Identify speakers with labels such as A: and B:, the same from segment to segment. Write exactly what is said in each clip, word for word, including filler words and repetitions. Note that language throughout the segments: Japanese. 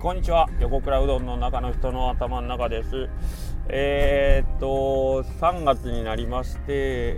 A: こんにちは。横倉うどんの中の人の頭の中です。えー、っとさんがつになりまして、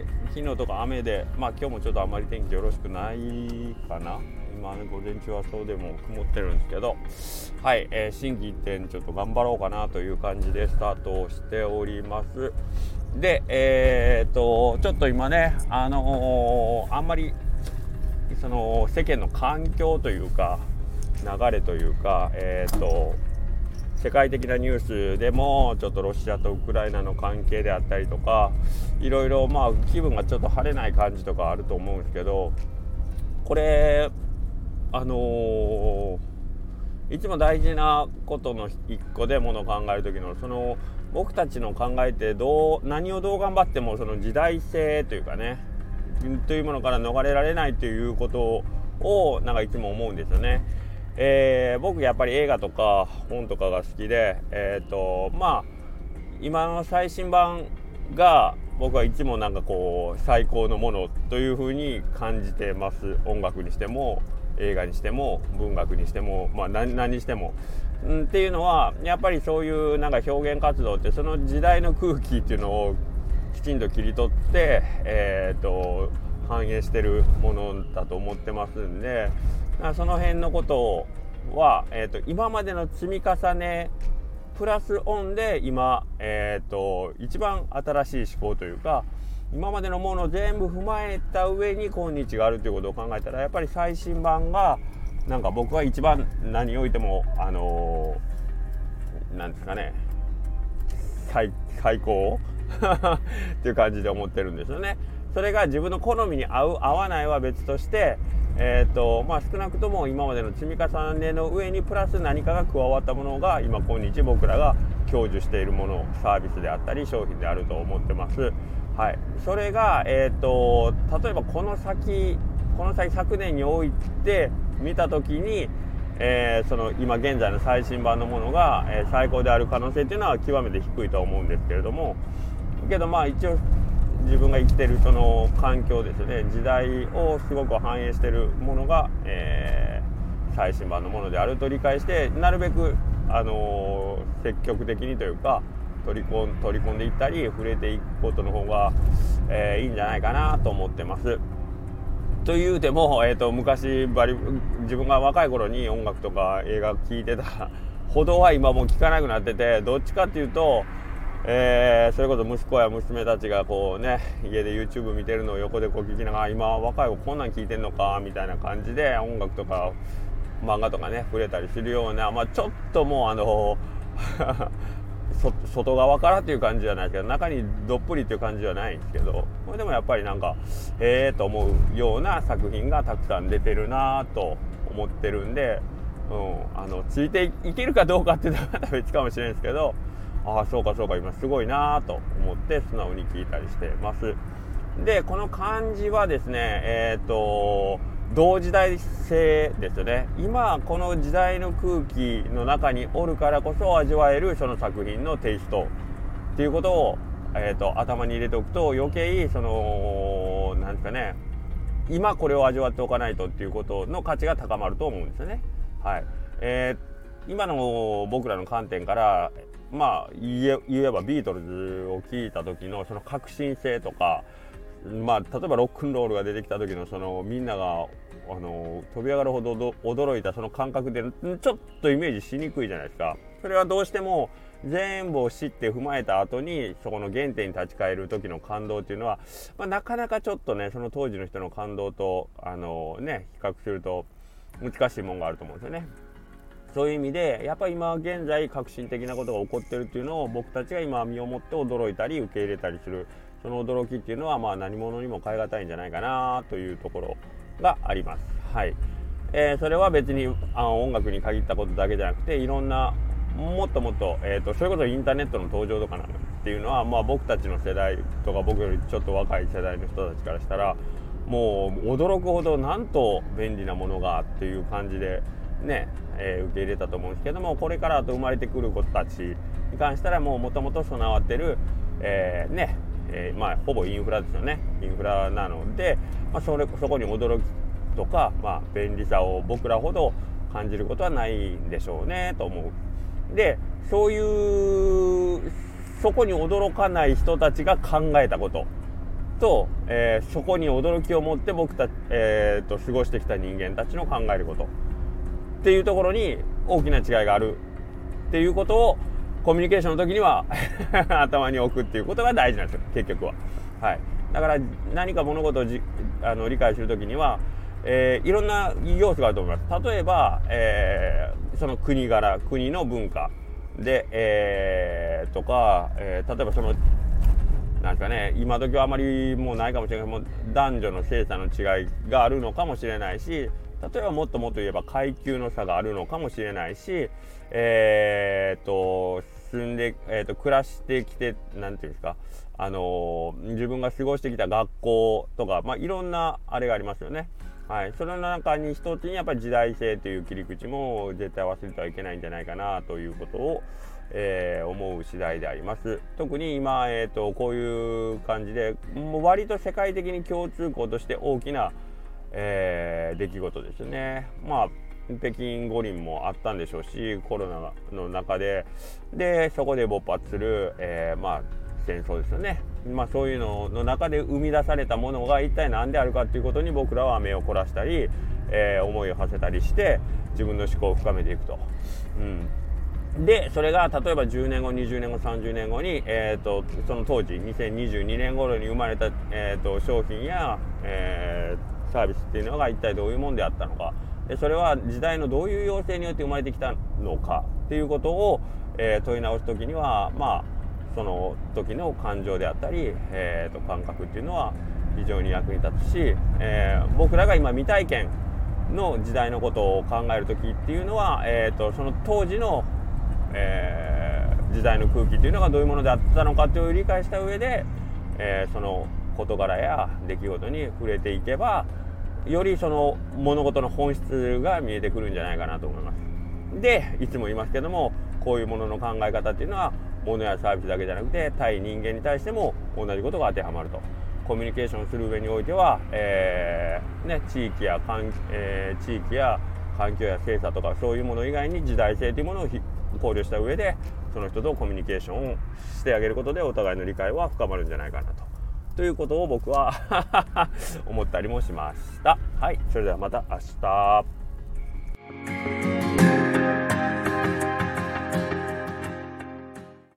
A: 昨日とか雨で、まあ今日もちょっとあまり天気よろしくないかな。今ね、午前中はそうでも曇ってるんですけど、はい、えー、心機一転ちょっと頑張ろうかなという感じでスタートをしております。で、えー、っとちょっと今ね、あのー、あんまりその世間の環境というか流れというか、えー、と世界的なニュースでもちょっとロシアとウクライナの関係であったりとか、いろいろまあ気分がちょっと晴れない感じとかあると思うんですけど、これあのー、いつも大事なことの一個でものを考える時のその僕たちの考えてどう何をどう頑張ってもその時代性というかねというものから逃れられないということをなんかいつも思うんですよね。えー、僕やっぱり映画とか本とかが好きで、えーとまあ、今の最新版が僕はいつもなんかこう最高のものというふうに感じてます。音楽にしても映画にしても文学にしても、まあ、何, 何にしてもんっていうのはやっぱりそういうなんか表現活動ってその時代の空気っていうのをきちんと切り取って、えーと反映してるものだと思ってますんで、その辺のことは、えー、と今までの積み重ねプラスオンで今、えー、と一番新しい思考というか今までのものを全部踏まえた上に今日があるということを考えたら、やっぱり最新版がなんか僕は一番何においてもあのー、なんですかね 最, 最高っていう感じで思ってるんですよね。それが自分の好みに合う合わないは別として、えーとまあ、少なくとも今までの積み重ねの上にプラス何かが加わったものが今今日僕らが享受しているもの、サービスであったり商品であると思ってます。はい、それが、えーと例えばこの先この先昨年において見た時に、えー、その今現在の最新版のものが、えー、最高である可能性というのは極めて低いと思うんですけれども、けどまあ一応自分が生きているその環境ですね、時代をすごく反映しているものが、えー、最新版のものであると理解して、なるべく、あのー、積極的にというか取り込ん、取り込んでいったり触れていくことの方が、えー、いいんじゃないかなと思ってます。というても、えーと、昔バリ自分が若い頃に音楽とか映画聴いてたほどは今もう聴かなくなってて、どっちかっていうとえー、それこそ息子や娘たちがこうね家で YouTube 見てるのを横でこう聞きながら、今若い子こんなん聞いてんのかみたいな感じで音楽とか漫画とかね触れたりするような、まあ、ちょっともうあの外側からっていう感じじゃないですけど、中にどっぷりっていう感じじゃないんですけど、これでもやっぱりなんかええーと思うような作品がたくさん出てるなと思ってるんで、うん、あのついていけるかどうかっていうのはまた別かもしれないですけど、ああそうかそうか今すごいなと思って素直に聞いたりしてます。でこの漢字はですね、えっと同時代性ですよね。今この時代の空気の中におるからこそ味わえるその作品のテイストっていうことを、えー、と頭に入れておくと余計そのなんですかね、今これを味わっておかないとっていうことの価値が高まると思うんですよね。はい、えー、今の僕らの観点からまあ言え、言えばビートルズを聴いた時のその革新性とか、まあ例えばロックンロールが出てきた時のそのみんながあの飛び上がるほど驚いたその感覚でちょっとイメージしにくいじゃないですか。それはどうしても全部を知って踏まえた後にそこの原点に立ち返る時の感動っていうのは、まあ、なかなかちょっとねその当時の人の感動とあのね比較すると難しいものがあると思うんですよね。そういう意味でやっぱり今現在革新的なことが起こっているっていうのを僕たちが今身をもって驚いたり受け入れたりする、その驚きっていうのはまあ何者にも代え難いんじゃないかなというところがあります。はい、えー、それは別にあの音楽に限ったことだけじゃなくていろんなもっともっと、えーと、それこそインターネットの登場とかなんていうのは、まあ、僕たちの世代とか僕よりちょっと若い世代の人たちからしたらもう驚くほどなんと便利なものがっていう感じでね、えー、受け入れたと思うんですけども、これからあと生まれてくる子たちに関したらもうもともと備わってる、えー、ね、えー、まあほぼインフラですよね。インフラなので、まあ、それそこに驚きとか、まあ、便利さを僕らほど感じることはないんでしょうねと思う。で、そういうそこに驚かない人たちが考えたことと、えー、そこに驚きを持って僕たち、えー、と過ごしてきた人間たちの考えることっていうところに大きな違いがあるっていうことをコミュニケーションの時には頭に置くっていうことが大事なんですよ、結局は。はい、だから何か物事をじあの理解する時には、えー、いろんな要素があると思います。例えば、えー、その国柄、国の文化で、えー、とか、えー、例えばそのなんかね、今時はあまりもうないかもしれないけども、男女の性差の違いがあるのかもしれないし、例えばもっともっと言えば階級の差があるのかもしれないし、えー、と住んで、えー、と暮らしてきて、なんていうんですか、あのー、自分が過ごしてきた学校とか、まあ、いろんなあれがありますよね。はい、その中に一つにやっぱり時代性という切り口も絶対忘れてはいけないんじゃないかなということを、えー、思う次第であります。特に今、えー、とこういう感じでもう割と世界的に共通項として大きな、えー、出来事ですね。まあ北京五輪もあったんでしょうし、コロナの中ででそこで勃発する、えー、まあ戦争ですよね。まあそういうのの中で生み出されたものが一体何であるかということに僕らは目を凝らしたり、えー、思いを馳せたりして自分の思考を深めていくと。うん、でそれが例えばじゅうねんごにじゅうねんごさんじゅうねんごに、えー、とその当時にせんにじゅうにねん頃に生まれた、えー、と商品や、えー、サービスっていうのが一体どういうものであったのか、でそれは時代のどういう要請によって生まれてきたのかっていうことを、えー、問い直すときにはまあその時の感情であったり、えー、と感覚っていうのは非常に役に立つし、えー、僕らが今未体験の時代のことを考える時っていうのは、えー、とその当時の、えー、時代の空気っていうのがどういうものであったのかという理解した上で、えー、その事柄や出来事に触れていけばよりその物事の本質が見えてくるんじゃないかなと思います。でいつも言いますけども、こういうものの考え方っていうのは物やサービスだけじゃなくて対人間に対しても同じことが当てはまると。コミュニケーションする上においては、えーね、地域や環、えー、地域や環境や性差とかそういうもの以外に時代性というものを考慮した上でその人とコミュニケーションをしてあげることでお互いの理解は深まるんじゃないかなとということを僕は思ったりもしました。はい、それではまた明日。